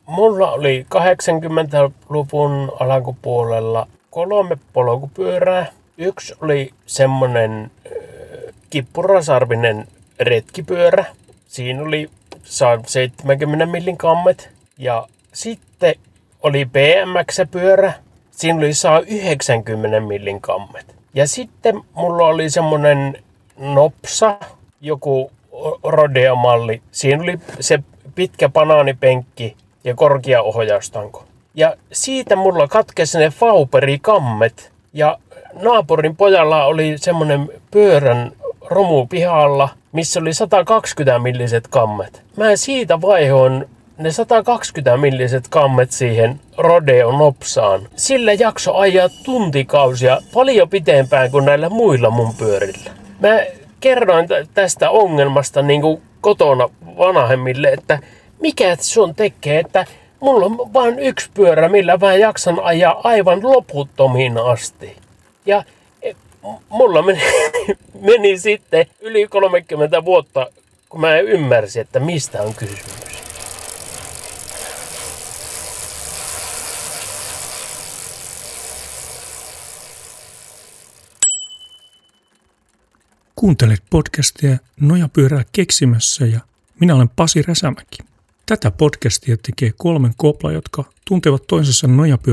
mulla oli 80-luvun alkupuolella 3 polkupyörää. Yksi oli semmonen kippurasarvinen retkipyörä. Siinä oli 70 millin kammet. Ja sitten oli BMX-pyörä. Siinä oli 190 millin kammet. Ja sitten mulla oli semmonen nopsa, joku rodeo-malli. Siinä oli se pitkä banaanipenkki ja korkea ohjaustanko. Ja siitä mulla katkesi ne Fauberi-kammet. Ja naapurin pojalla oli semmonen pyörän romu pihalla, missä oli 120 milliset kammet. Mä siitä vaihoin ne 120 milliset kammet siihen rodeo-nopsaan. Sillä jakso ajaa tuntikausia paljon pitempään kuin näillä muilla mun pyörillä. Mä kerroin tästä ongelmasta niin kuin kotona vanhemmille, että mikä sun tekee, että mulla on vain yksi pyörä, millä mä jaksan ajaa aivan loputtomiin asti. Ja mulla meni sitten yli 30 vuotta, kun mä ymmärsin, että mistä on kysymys. Kuuntelet podcastia Nojapyörää keksimässä ja minä olen Pasi Räsämäki. Tätä podcastia tekee 3 kopla, jotka tuntevat toisensa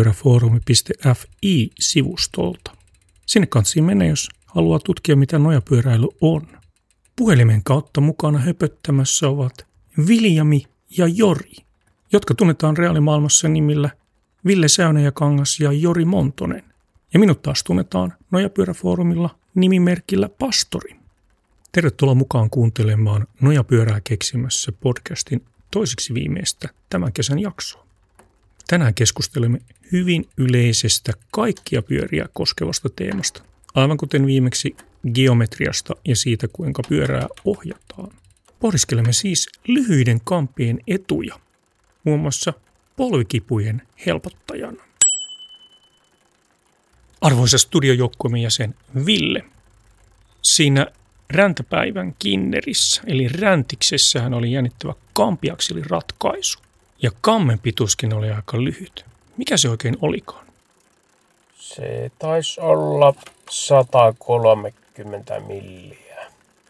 nojapyöräfoorumi.fi-sivustolta. Sinne kansiin mene, jos haluaa tutkia, mitä nojapyöräily on. Puhelimen kautta mukana höpöttämässä ovat Viljami ja Jori, jotka tunnetaan reaalimaailmassa nimillä Ville Säynäjäkangas ja Jori Montonen. Ja minut taas tunnetaan Nojapyöräfoorumilla nimimerkillä Pastori. Tervetuloa mukaan kuuntelemaan Nojapyörää keksimässä podcastin toiseksi viimeistä tämän kesän jaksoa. Tänään keskustelemme hyvin yleisestä kaikkia pyöriä koskevasta teemasta, aivan kuten viimeksi geometriasta ja siitä, kuinka pyörää ohjataan. Pohdiskelemme siis lyhyiden kampien etuja, muun muassa polvikipujen helpottajana. Arvoisa studiojoukkueemme jäsen Ville, siinä räntäpäivän kinnerissä, eli räntiksessähän oli jännittävä kampiakselin ratkaisu. Ja kammen pituuskin oli aika lyhyt. Mikä se oikein olikaan? Se taisi olla 130 milliä.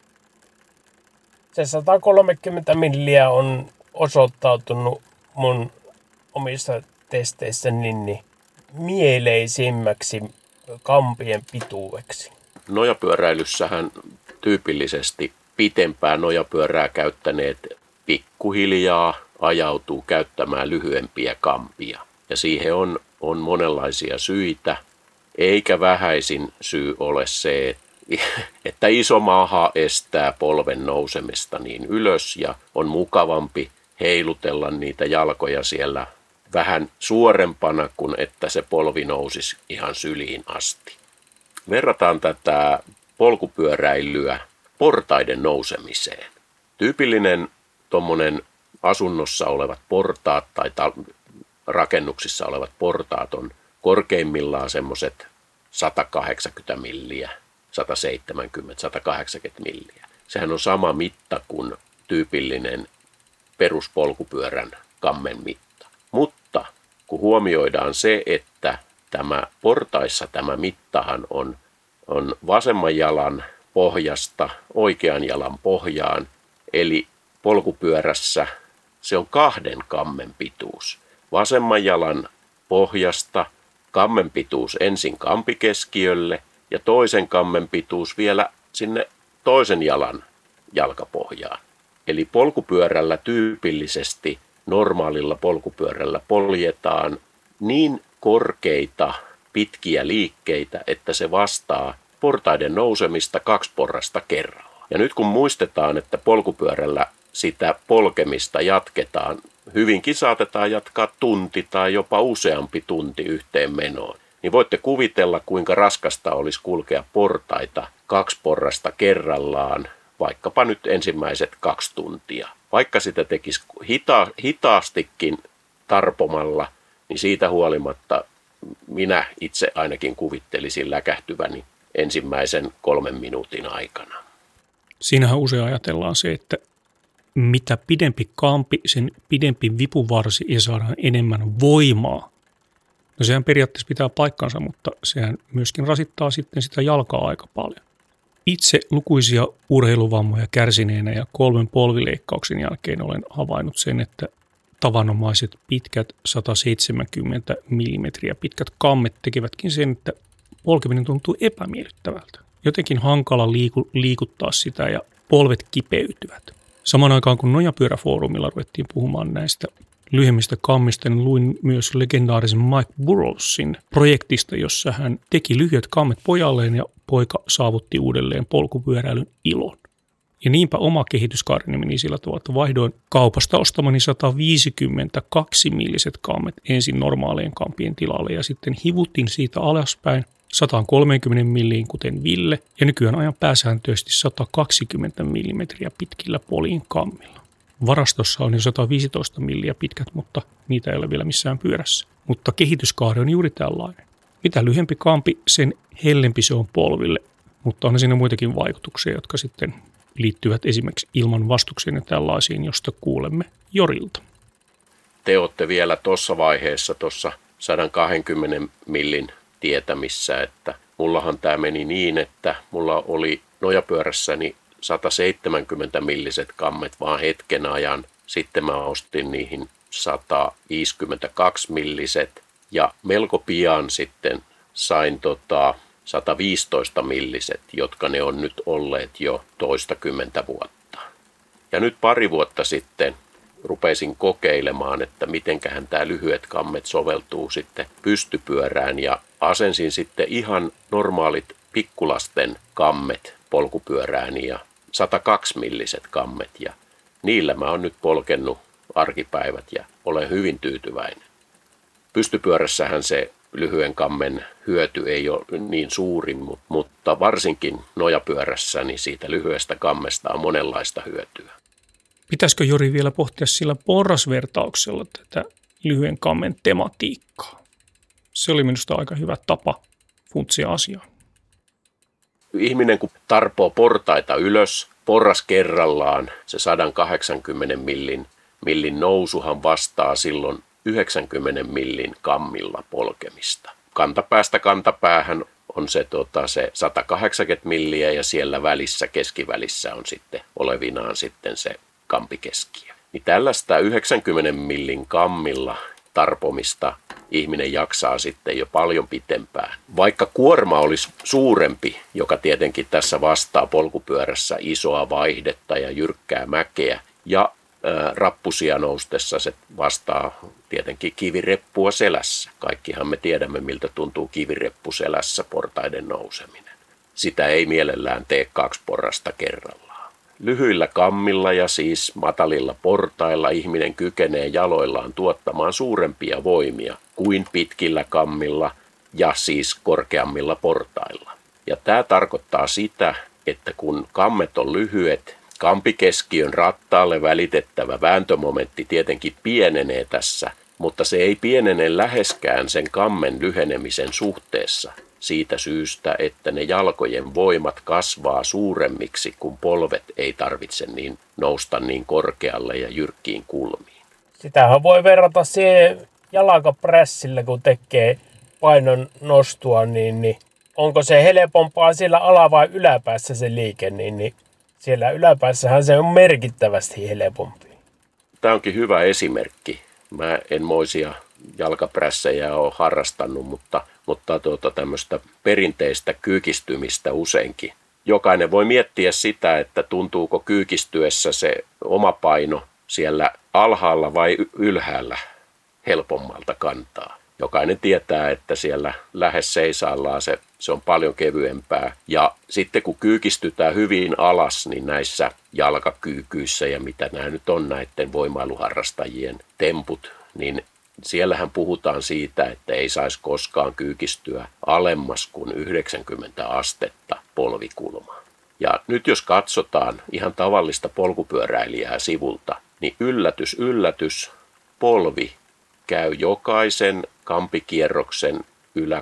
Se 130 milliä on osoittautunut mun omissa testeissäni mieleisimmäksi kampien pituudeksi. Nojapyöräilyssähän tyypillisesti pitempää nojapyörää käyttäneet pikkuhiljaa ajautuu käyttämään lyhyempiä kampia. Ja siihen on monenlaisia syitä, eikä vähäisin syy ole se, että iso maha estää polven nousemista niin ylös ja on mukavampi heilutella niitä jalkoja siellä vähän suorempana kuin että se polvi nousisi ihan syliin asti. Verrataan tätä polkupyöräilyä portaiden nousemiseen. Tyypillinen tuommoinen asunnossa olevat portaat tai rakennuksissa olevat portaat on korkeimmillaan semmoiset 180 milliä, 170, 180 milliä. Sehän on sama mitta kuin tyypillinen peruspolkupyörän kammen mitta. Mutta kun huomioidaan se, että portaissa tämä mittahan on vasemman jalan pohjasta oikean jalan pohjaan, eli polkupyörässä se on 2 kammen pituus. Vasemman jalan pohjasta kammen pituus ensin kampikeskiölle ja toisen kammen pituus vielä sinne toisen jalan jalkapohjaan. Eli polkupyörällä tyypillisesti normaalilla polkupyörällä poljetaan niin korkeita pitkiä liikkeitä, että se vastaa portaiden nousemista 2 porrasta kerralla. Ja nyt kun muistetaan, että polkupyörällä sitä polkemista jatketaan, hyvinkin saatetaan jatkaa tunti tai jopa useampi tunti yhteen menoon, niin voitte kuvitella, kuinka raskasta olisi kulkea portaita 2 porrasta kerrallaan, vaikkapa nyt ensimmäiset 2 tuntia. Vaikka sitä tekisi hitaastikin tarpomalla, niin siitä huolimatta minä itse ainakin kuvittelisin läkähtyväni ensimmäisen 3 minuutin aikana. Siinähän usein ajatellaan se, että mitä pidempi kampi, sen pidempi vipuvarsi ja saadaan enemmän voimaa. No sehän periaatteessa pitää paikkansa, mutta sehän myöskin rasittaa sitten sitä jalkaa aika paljon. Itse lukuisia urheiluvammoja kärsineenä ja 3 polvileikkauksen jälkeen olen havainnut sen, että tavanomaiset pitkät 170 mm pitkät kammet tekevätkin sen, että polkeminen tuntuu epämiellyttävältä. Jotenkin hankala liikuttaa sitä ja polvet kipeytyvät. Samaan aikaan kun Nojapyöräfoorumilla ruvettiin puhumaan näistä lyhyemmistä kammista, niin luin myös legendaarisen Mike Burrowsin projektista, jossa hän teki lyhyet kammet pojalleen ja poika saavutti uudelleen polkupyöräilyn ilon. Ja niinpä oma kehityskaareni meni sillä tavalla, että vaihdoin kaupasta ostamani 152 milliset kammet ensin normaalien kampien tilalle ja sitten hivutin siitä alaspäin 130 milliin kuten Ville ja nykyään ajan pääsääntöisesti 120 millimetriä pitkillä poliin kammilla. Varastossa on jo 115 milliä pitkät, mutta niitä ei ole vielä missään pyörässä. Mutta kehityskaari on juuri tällainen. Mitä lyhyempi kampi, sen hellempi se on polville, mutta on siinä muitakin vaikutuksia, jotka sitten liittyvät esimerkiksi ilman vastukseen ja tällaisiin, josta kuulemme Jorilta. Te olette vielä tuossa vaiheessa, tuossa 120 millin tietämissä, että mullahan tämä meni niin, että mulla oli nojapyörässäni 170 milliset kammet vaan hetken ajan. Sitten mä ostin niihin 152 milliset ja melko pian sitten sain 115 milliset, jotka ne on nyt olleet jo toistakymmentä vuotta. Ja nyt pari vuotta sitten rupesin kokeilemaan, että mitenkähän tämä lyhyet kammet soveltuu sitten pystypyörään ja asensin sitten ihan normaalit pikkulasten kammet polkupyörääni ja 102 milliset kammet ja niillä mä oon nyt polkenut arkipäivät ja olen hyvin tyytyväinen. Pystypyörässähän se lyhyen kammen hyöty ei ole niin suuri, mutta varsinkin nojapyörässä niin siitä lyhyestä kammesta on monenlaista hyötyä. Pitäisikö Jori vielä pohtia sillä porrasvertauksella tätä lyhyen kammen tematiikkaa? Se oli minusta aika hyvä tapa funtsia asiaa. Ihminen kun tarpoo portaita ylös, porras kerrallaan, se 180 millin nousuhan vastaa silloin 90 millin kammilla polkemista. Kantapäästä kantapäähän on se 180 milliä ja siellä välissä, keskivälissä on sitten olevinaan sitten se kampikeskiö. Niin tällaista 90 millin kammilla tarpomista ihminen jaksaa sitten jo paljon pitempään. Vaikka kuorma olisi suurempi, joka tietenkin tässä vastaa polkupyörässä isoa vaihdetta ja jyrkkää mäkeä, ja rappusia noustessa se vastaa tietenkin kivireppua selässä. Kaikkihan me tiedämme, miltä tuntuu kivireppu selässä portaiden nouseminen. Sitä ei mielellään tee 2 porrasta kerrallaan. Lyhyillä kammilla ja siis matalilla portailla ihminen kykenee jaloillaan tuottamaan suurempia voimia kuin pitkillä kammilla ja siis korkeammilla portailla. Ja tämä tarkoittaa sitä, että kun kammet on lyhyet, kampikeskiön rattaalle välitettävä vääntömomentti tietenkin pienenee tässä, mutta se ei pienene läheskään sen kammen lyhenemisen suhteessa. Siitä syystä, että ne jalkojen voimat kasvaa suuremmiksi, kun polvet ei tarvitse niin nousta niin korkealle ja jyrkkiin kulmiin. Sitähän voi verrata siihen jalkaprässillä, kun tekee painon nostua, niin onko se helpompaa siellä ala- vai yläpäässä se liike, niin siellä yläpäässähän se on merkittävästi helpompi. Tämä onkin hyvä esimerkki. Mä en moisia jalkaprässejä ole harrastanut, mutta tämmöistä perinteistä kyykistymistä useinkin. Jokainen voi miettiä sitä, että tuntuuko kyykistyessä se oma paino siellä alhaalla vai ylhäällä helpommalta kantaa. Jokainen tietää, että siellä lähes seisaallaan se on paljon kevyempää. Ja sitten kun kyykistytään hyvin alas, niin näissä jalkakyykyissä ja mitä nämä nyt on näiden voimailuharrastajien temput, niin siellähän puhutaan siitä, että ei saisi koskaan kyykistyä alemmas kuin 90 astetta polvikulmaa. Ja nyt jos katsotaan ihan tavallista polkupyöräilijää sivulta, niin yllätys, polvi käy jokaisen kampikierroksen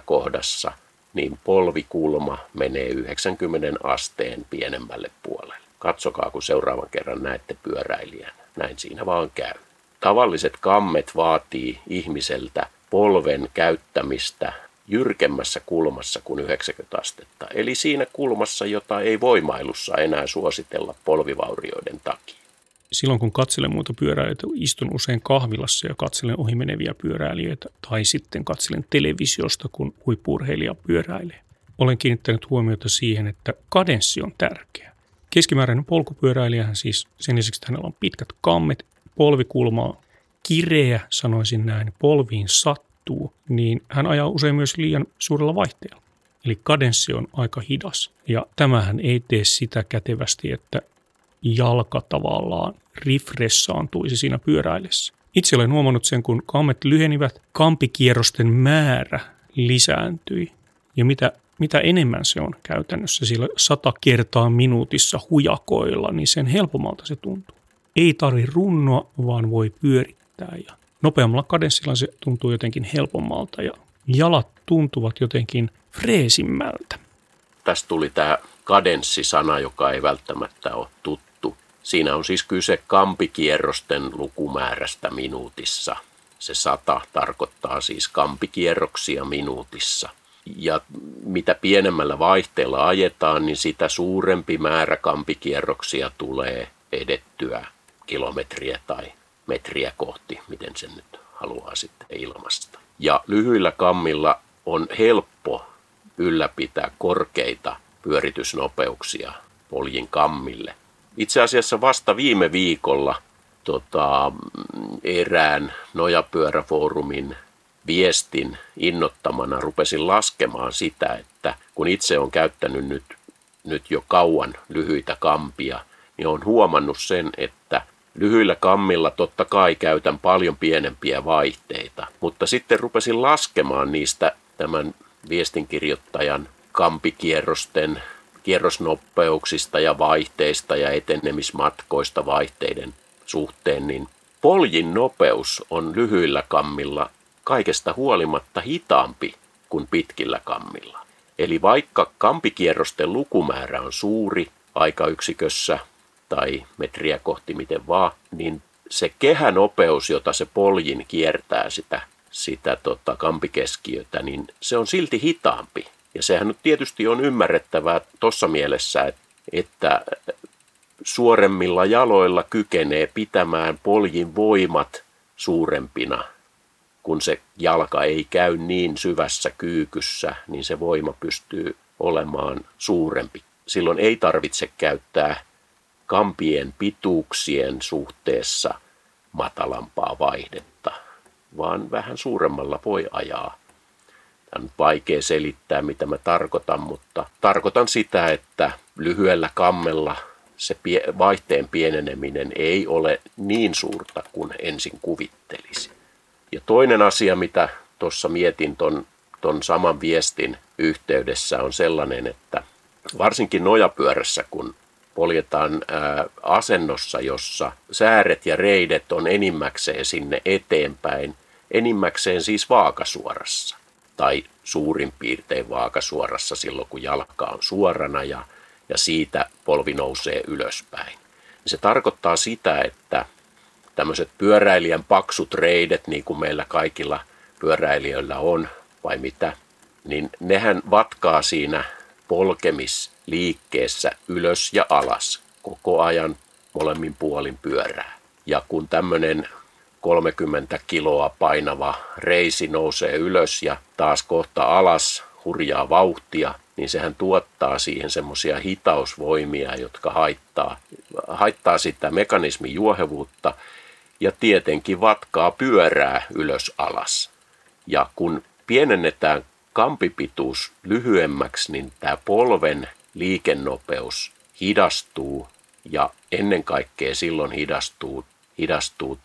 yläkohdassa, niin polvikulma menee 90 asteen pienemmälle puolelle. Katsokaa, kun seuraavan kerran näette pyöräilijän. Näin siinä vaan käy. Tavalliset kammet vaatii ihmiseltä polven käyttämistä jyrkemmässä kulmassa kuin 90 astetta. Eli siinä kulmassa, jota ei voimailussa enää suositella polvivaurioiden takia. Silloin kun katselen muita pyöräilijöitä, istun usein kahvilassa ja katselen ohimeneviä pyöräilijöitä tai sitten katselen televisiosta, kun huippu-urheilija pyöräilee. Olen kiinnittänyt huomiota siihen, että kadenssi on tärkeä. Keskimääräinen polkupyöräilijähän siis sen lisäksi, että hänellä on pitkät kammet, polvikulma on kireä, sanoisin näin, polviin sattuu, niin hän ajaa usein myös liian suurella vaihteella. Eli kadenssi on aika hidas ja tämähän ei tee sitä kätevästi, että jalka tavallaan rifressaantuisi siinä pyöräillessä. Itse olen huomannut sen, kun kammet lyhenivät, kampikierrosten määrä lisääntyi. Ja mitä enemmän se on käytännössä sillä 100 kertaa minuutissa hujakoilla, niin sen helpommalta se tuntuu. Ei tarvitse runnoa, vaan voi pyörittää. Ja nopeammalla kadenssilla se tuntuu jotenkin helpommalta ja jalat tuntuvat jotenkin freesimmältä. Tästä tuli tämä kadenssisana, joka ei välttämättä ole tuttu. Siinä on siis kyse kampikierrosten lukumäärästä minuutissa. Se 100 tarkoittaa siis kampikierroksia minuutissa. Ja mitä pienemmällä vaihteella ajetaan, niin sitä suurempi määrä kampikierroksia tulee edettyä kilometriä tai metriä kohti, miten sen nyt haluaa sitten ilmaista. Ja lyhyillä kammilla on helppo ylläpitää korkeita pyöritysnopeuksia poljin kammille. Itse asiassa vasta viime viikolla erään nojapyöräfoorumin viestin innottamana rupesin laskemaan sitä, että kun itse olen käyttänyt nyt jo kauan lyhyitä kampia, niin olen huomannut sen, että lyhyillä kammilla totta kai käytän paljon pienempiä vaihteita, mutta sitten rupesin laskemaan niistä tämän viestinkirjoittajan kampikierrosten kierrosnopeuksista ja vaihteista ja etenemismatkoista vaihteiden suhteen, niin poljin nopeus on lyhyillä kammilla kaikesta huolimatta hitaampi kuin pitkillä kammilla. Eli vaikka kampikierrosten lukumäärä on suuri aikayksikössä tai metriä kohti miten vaan, niin se kehänopeus, jota se poljin kiertää sitä kampikeskiötä, niin se on silti hitaampi. Ja sehän nyt tietysti on ymmärrettävää tuossa mielessä, että suoremmilla jaloilla kykenee pitämään poljin voimat suurempina. Kun se jalka ei käy niin syvässä kyykyssä, niin se voima pystyy olemaan suurempi. Silloin ei tarvitse käyttää kampien pituuksien suhteessa matalampaa vaihdetta, vaan vähän suuremmalla voi ajaa. Tämä on vaikea selittää, mitä mä tarkoitan, mutta tarkoitan sitä, että lyhyellä kammella se vaihteen pieneneminen ei ole niin suurta kuin ensin kuvittelisi. Ja toinen asia, mitä tuossa mietin ton saman viestin yhteydessä, on sellainen, että varsinkin nojapyörässä, kun poljetaan asennossa, jossa sääret ja reidet on enimmäkseen sinne eteenpäin, enimmäkseen siis vaakasuorassa tai suurin piirtein vaakasuorassa silloin, kun jalka on suorana ja siitä polvi nousee ylöspäin. Se tarkoittaa sitä, että tämmöiset pyöräilijän paksut reidet, niin kuin meillä kaikilla pyöräilijöillä on, vai mitä, niin nehän vatkaa siinä polkemisliikkeessä ylös ja alas koko ajan molemmin puolin pyörää. Ja kun tämmöinen 30 kiloa painava reisi nousee ylös ja taas kohta alas hurjaa vauhtia, niin sehän tuottaa siihen semmoisia hitausvoimia, jotka haittaa sitä mekanismin juohevuutta ja tietenkin vatkaa pyörää ylös alas. Ja kun pienennetään kampipituus lyhyemmäksi, niin tämä polven liikennopeus hidastuu ja ennen kaikkea silloin hidastuu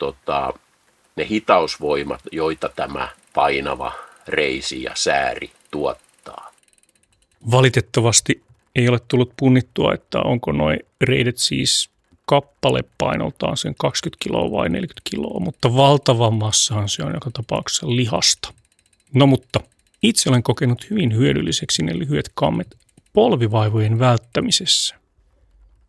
ne hitausvoimat, joita tämä painava reisi ja sääri tuottaa. Valitettavasti ei ole tullut punnittua, että onko nuo reidet siis kappalepainoltaan sen 20 kiloa vai 40 kiloa, mutta valtava massahan se on joka tapauksessa lihasta. No mutta itse olen kokenut hyvin hyödylliseksi ne lyhyet kammet polvivaivojen välttämisessä. Ja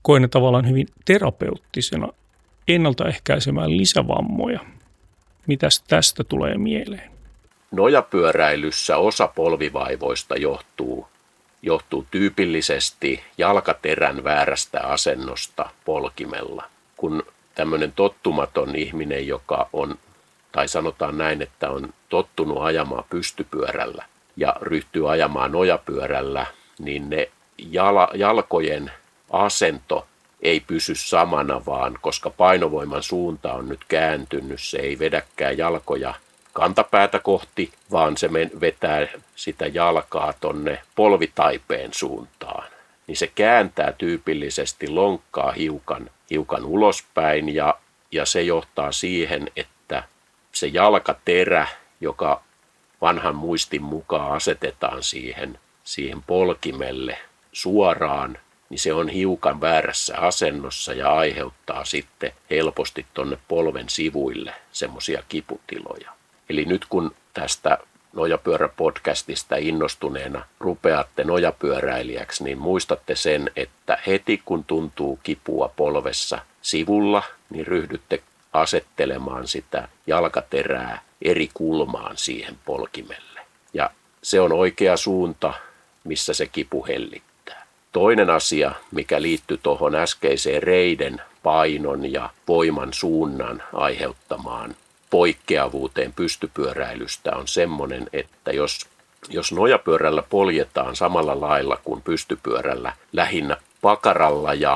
koen ne tavallaan hyvin terapeuttisena ennaltaehkäisemään lisävammoja. Mitäs tästä tulee mieleen? Nojapyöräilyssä osa polvivaivoista johtuu tyypillisesti jalkaterän väärästä asennosta polkimella. Kun tämmöinen tottumaton ihminen, joka on, tai sanotaan näin, että on tottunut ajamaan pystypyörällä ja ryhtyy ajamaan nojapyörällä, niin ne jalkojen asento ei pysy samana, vaan koska painovoiman suunta on nyt kääntynyt, se ei vedäkään jalkoja kantapäätä kohti, vaan se vetää sitä jalkaa tonne polvitaipeen suuntaan. Niin se kääntää tyypillisesti lonkkaa hiukan ulospäin ja se johtaa siihen, että se jalkaterä, joka vanhan muistin mukaan asetetaan siihen polkimelle suoraan, niin se on hiukan väärässä asennossa ja aiheuttaa sitten helposti tonne polven sivuille semmoisia kiputiloja. Eli nyt kun tästä Nojapyörä-podcastista innostuneena rupeatte nojapyöräilijäksi, niin muistatte sen, että heti kun tuntuu kipua polvessa sivulla, niin ryhdytte asettelemaan sitä jalkaterää eri kulmaan siihen polkimelle. Ja se on oikea suunta, missä se kipu hellittää. Toinen asia, mikä liittyy tuohon äskeiseen reiden painon ja voiman suunnan aiheuttamaan poikkeavuuteen pystypyöräilystä, on semmoinen, että jos nojapyörällä poljetaan samalla lailla kuin pystypyörällä, lähinnä pakaralla ja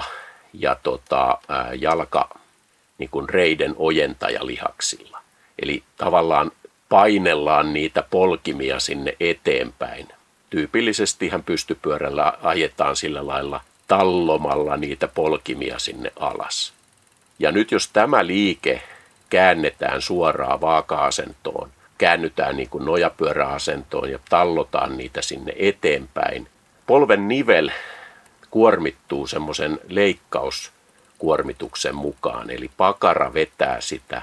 jalka niin kuin reiden ojentajalihaksilla. Eli tavallaan painellaan niitä polkimia sinne eteenpäin. Tyypillisestihän pystypyörällä ajetaan sillä lailla tallomalla niitä polkimia sinne alas. Ja nyt jos tämä liike käännetään suoraan vaaka-asentoon, käännytään niin kuin nojapyöräasentoon ja tallotaan niitä sinne eteenpäin, polven nivel kuormittuu semmoisen leikkauskuormituksen mukaan, eli pakara vetää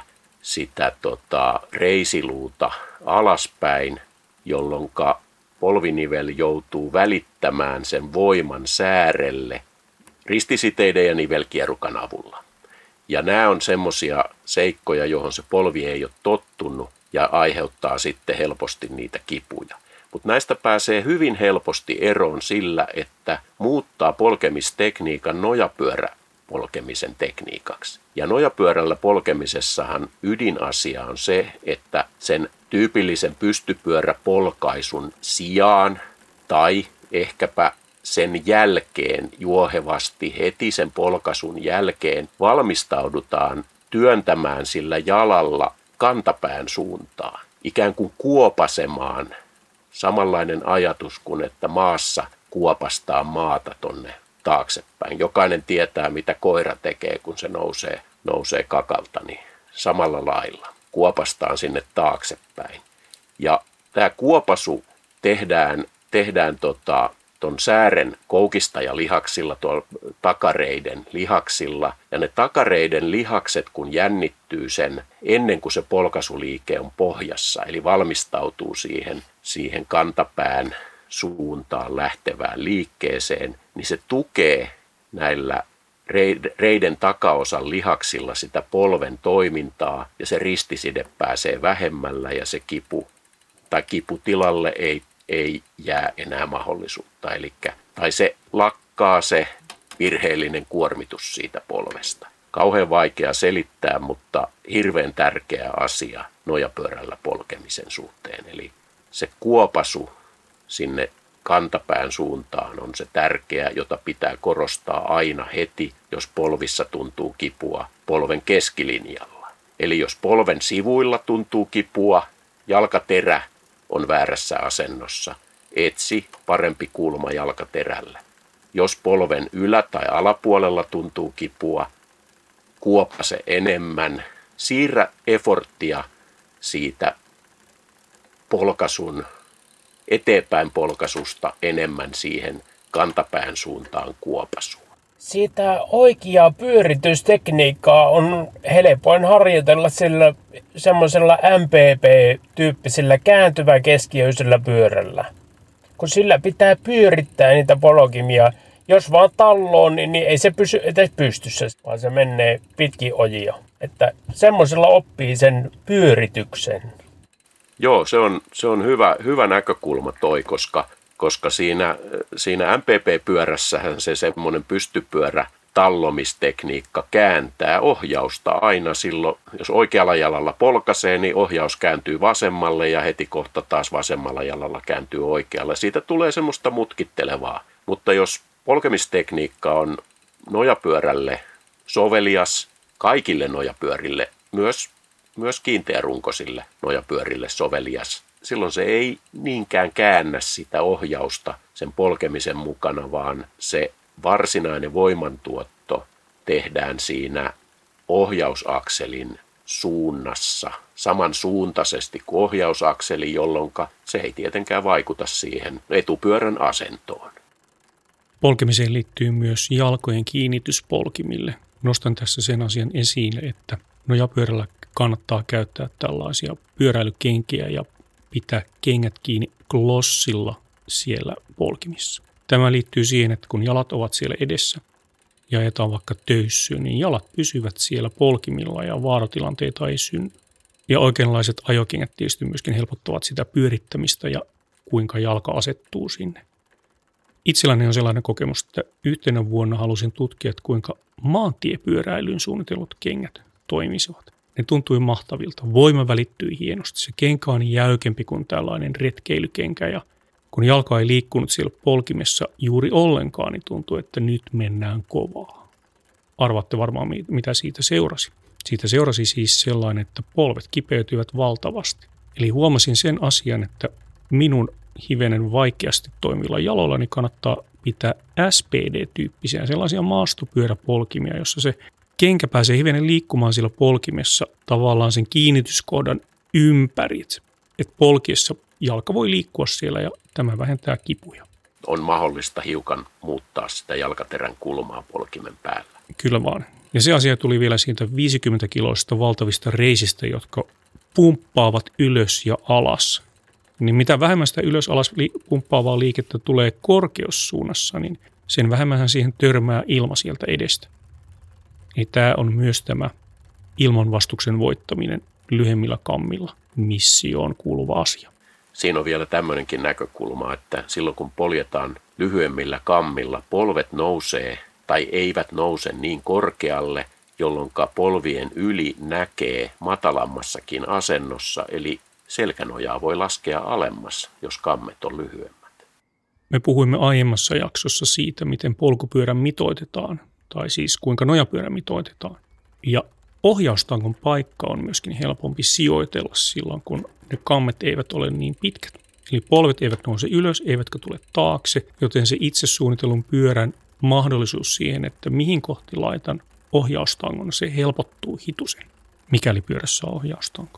sitä reisiluuta alaspäin, jolloin polvinivel joutuu välittämään sen voiman säärelle ristisiteiden ja nivelkierukan avulla. Ja nämä on semmoisia seikkoja, johon se polvi ei ole tottunut ja aiheuttaa sitten helposti niitä kipuja. Mutta näistä pääsee hyvin helposti eroon sillä, että muuttaa polkemistekniikan nojapyöräpolkemisen tekniikaksi. Ja nojapyörällä polkemisessahan ydinasia on se, että sen tyypillisen pystypyöräpolkaisun sijaan tai ehkäpä sen jälkeen juohevasti heti sen polkaisun jälkeen valmistaudutaan työntämään sillä jalalla kantapään suuntaan, ikään kuin kuopasemaan. Samanlainen ajatus kuin että maassa kuopastaa maata tonne taaksepäin. Jokainen tietää, mitä koira tekee, kun se nousee kakalta, niin samalla lailla kuopastaan sinne taaksepäin. Ja tämä kuopasu tehdään ton säären koukistajalihaksilla, tuolla takareiden lihaksilla. Ja ne takareiden lihakset, kun jännittyy sen ennen kuin se polkaisuliike on pohjassa, eli valmistautuu siihen kantapään suuntaan lähtevään liikkeeseen, niin se tukee näillä reiden takaosan lihaksilla sitä polven toimintaa ja se ristiside pääsee vähemmällä ja se kiputilalle ei jää enää mahdollisuutta. Tai se lakkaa se virheellinen kuormitus siitä polvesta. Kauhean vaikea selittää, mutta hirveän tärkeä asia nojapyörällä polkemisen suhteen. Eli se kuopasu sinne kantapään suuntaan on se tärkeä, jota pitää korostaa aina heti, jos polvissa tuntuu kipua polven keskilinjalla. Eli jos polven sivuilla tuntuu kipua, jalkaterä on väärässä asennossa, etsi parempi kulma jalkaterällä. Jos polven ylä- tai alapuolella tuntuu kipua, kuopase enemmän, siirrä eforttia siitä eteenpäin polkaisusta enemmän siihen kantapään suuntaan kuopasuun. Sitä oikeaa pyöritystekniikkaa on helpoin harjoitella sillä semmoisella MPP-tyyppisellä kääntyvä keskiöisellä pyörällä. Kun sillä pitää pyörittää niitä polkimia jos vaan talloon, niin ei se pysy edes pystyssä, vaan se menee pitkin ojia. Että semmoisella oppii sen pyörityksen. Joo, se on hyvä näkökulma toi, koska siinä MPP-pyörässähän se semmoinen pystypyörä tallomistekniikka kääntää ohjausta aina silloin, jos oikealla jalalla polkaisee, niin ohjaus kääntyy vasemmalle ja heti kohta taas vasemmalla jalalla kääntyy oikealle. Siitä tulee semmoista mutkittelevaa, mutta jos polkemistekniikka on nojapyörälle sovelias, kaikille nojapyörille, myös kiinteärunkoisille nojapyörille sovelias, silloin se ei niinkään käännä sitä ohjausta sen polkemisen mukana, vaan se varsinainen voimantuotto tehdään siinä ohjausakselin suunnassa samansuuntaisesti kuin ohjausakseli, jolloin se ei tietenkään vaikuta siihen etupyörän asentoon. Polkemiseen liittyy myös jalkojen kiinnitys polkimille. Nostan tässä sen asian esille, että nojapyörällä kannattaa käyttää tällaisia pyöräilykenkiä ja pitää kengät kiinni glossilla siellä polkimissa. Tämä liittyy siihen, että kun jalat ovat siellä edessä ja ajetaan vaikka töyssyyn, niin jalat pysyvät siellä polkimilla ja vaaratilanteita ei synny. Ja oikeanlaiset ajokengät tietysti myöskin helpottavat sitä pyörittämistä ja kuinka jalka asettuu sinne. Itselläni on sellainen kokemus, että yhtenä vuonna halusin tutkia, että kuinka maantiepyöräilyyn suunnitellut kengät toimisivat. Ne tuntui mahtavilta. Voima välittyi hienosti. Se kenkä on jäykempi kuin tällainen retkeilykenkä ja kun jalka ei liikkunut siellä polkimessa juuri ollenkaan, niin tuntui, että nyt mennään kovaa. Arvaatte varmaan, mitä siitä seurasi. Siitä seurasi siis sellainen, että polvet kipeytyivät valtavasti. Eli huomasin sen asian, että minun hivenen vaikeasti toimivilla jaloillani kannattaa pitää SPD-tyyppisiä, sellaisia maastopyöräpolkimia, jossa se kenkä pääsee hivenen liikkumaan sillä polkimessa tavallaan sen kiinnityskohdan ympäri. Että polkiessa jalka voi liikkua siellä ja tämä vähentää kipuja. On mahdollista hiukan muuttaa sitä jalkaterän kulmaa polkimen päällä. Kyllä vaan. Ja se asia tuli vielä siitä 50-kiloisista valtavista reisistä, jotka pumppaavat ylös ja alas. Niin mitä vähemmän sitä ylös-alas pumppaavaa liikettä tulee korkeussuunnassa, niin sen vähemmän siihen törmää ilma sieltä edestä. Eli tämä on myös tämä ilmanvastuksen voittaminen lyhyemmillä kammilla missioon kuuluva asia. Siinä on vielä tämmöinenkin näkökulma, että silloin kun poljetaan lyhyemmillä kammilla, polvet nousee tai eivät nouse niin korkealle, jolloin polvien yli näkee matalammassakin asennossa, eli selkänojaa voi laskea alemmas, jos kammet on lyhyemmät. Me puhuimme aiemmassa jaksossa siitä, miten polkupyörä mitoitetaan, tai siis kuinka nojapyörä mitoitetaan. Ja ohjaustangon paikka on myöskin helpompi sijoitella silloin, kun ne kammet eivät ole niin pitkät. Eli polvet eivät nouse ylös, eivätkä tule taakse, joten se itse suunnitellun pyörän mahdollisuus siihen, että mihin kohti laitan ohjaustangon, se helpottuu hitusen, mikäli pyörässä on ohjaustanko.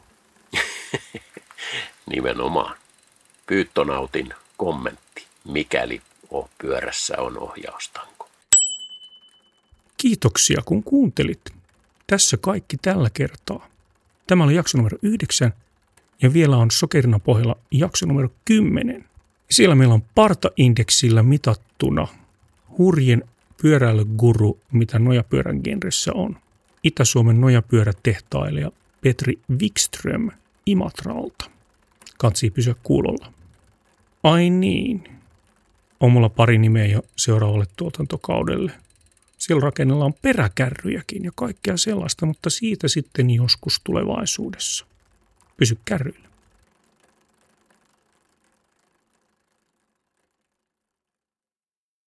Nimenomaan. Pyyttonautin kommentti, mikäli pyörässä on ohjaustanko. Kiitoksia kun kuuntelit. Tässä kaikki tällä kertaa. Tämä oli jakso numero 9 ja vielä on sokerina pohjalla jakso numero 10. Siellä meillä on partaindeksillä mitattuna hurjen pyöräilyguru, mitä nojapyörän genressä on. Itä-Suomen nojapyörätehtailija Petri Wikström Imatralta. Katsii pysyä kuulolla. Ai niin. On mulla pari nimeä jo seuraavalle tuotantokaudelle. Siellä rakennellaan peräkärryjäkin ja kaikkea sellaista, mutta siitä sitten joskus tulevaisuudessa. Pysy kärryillä.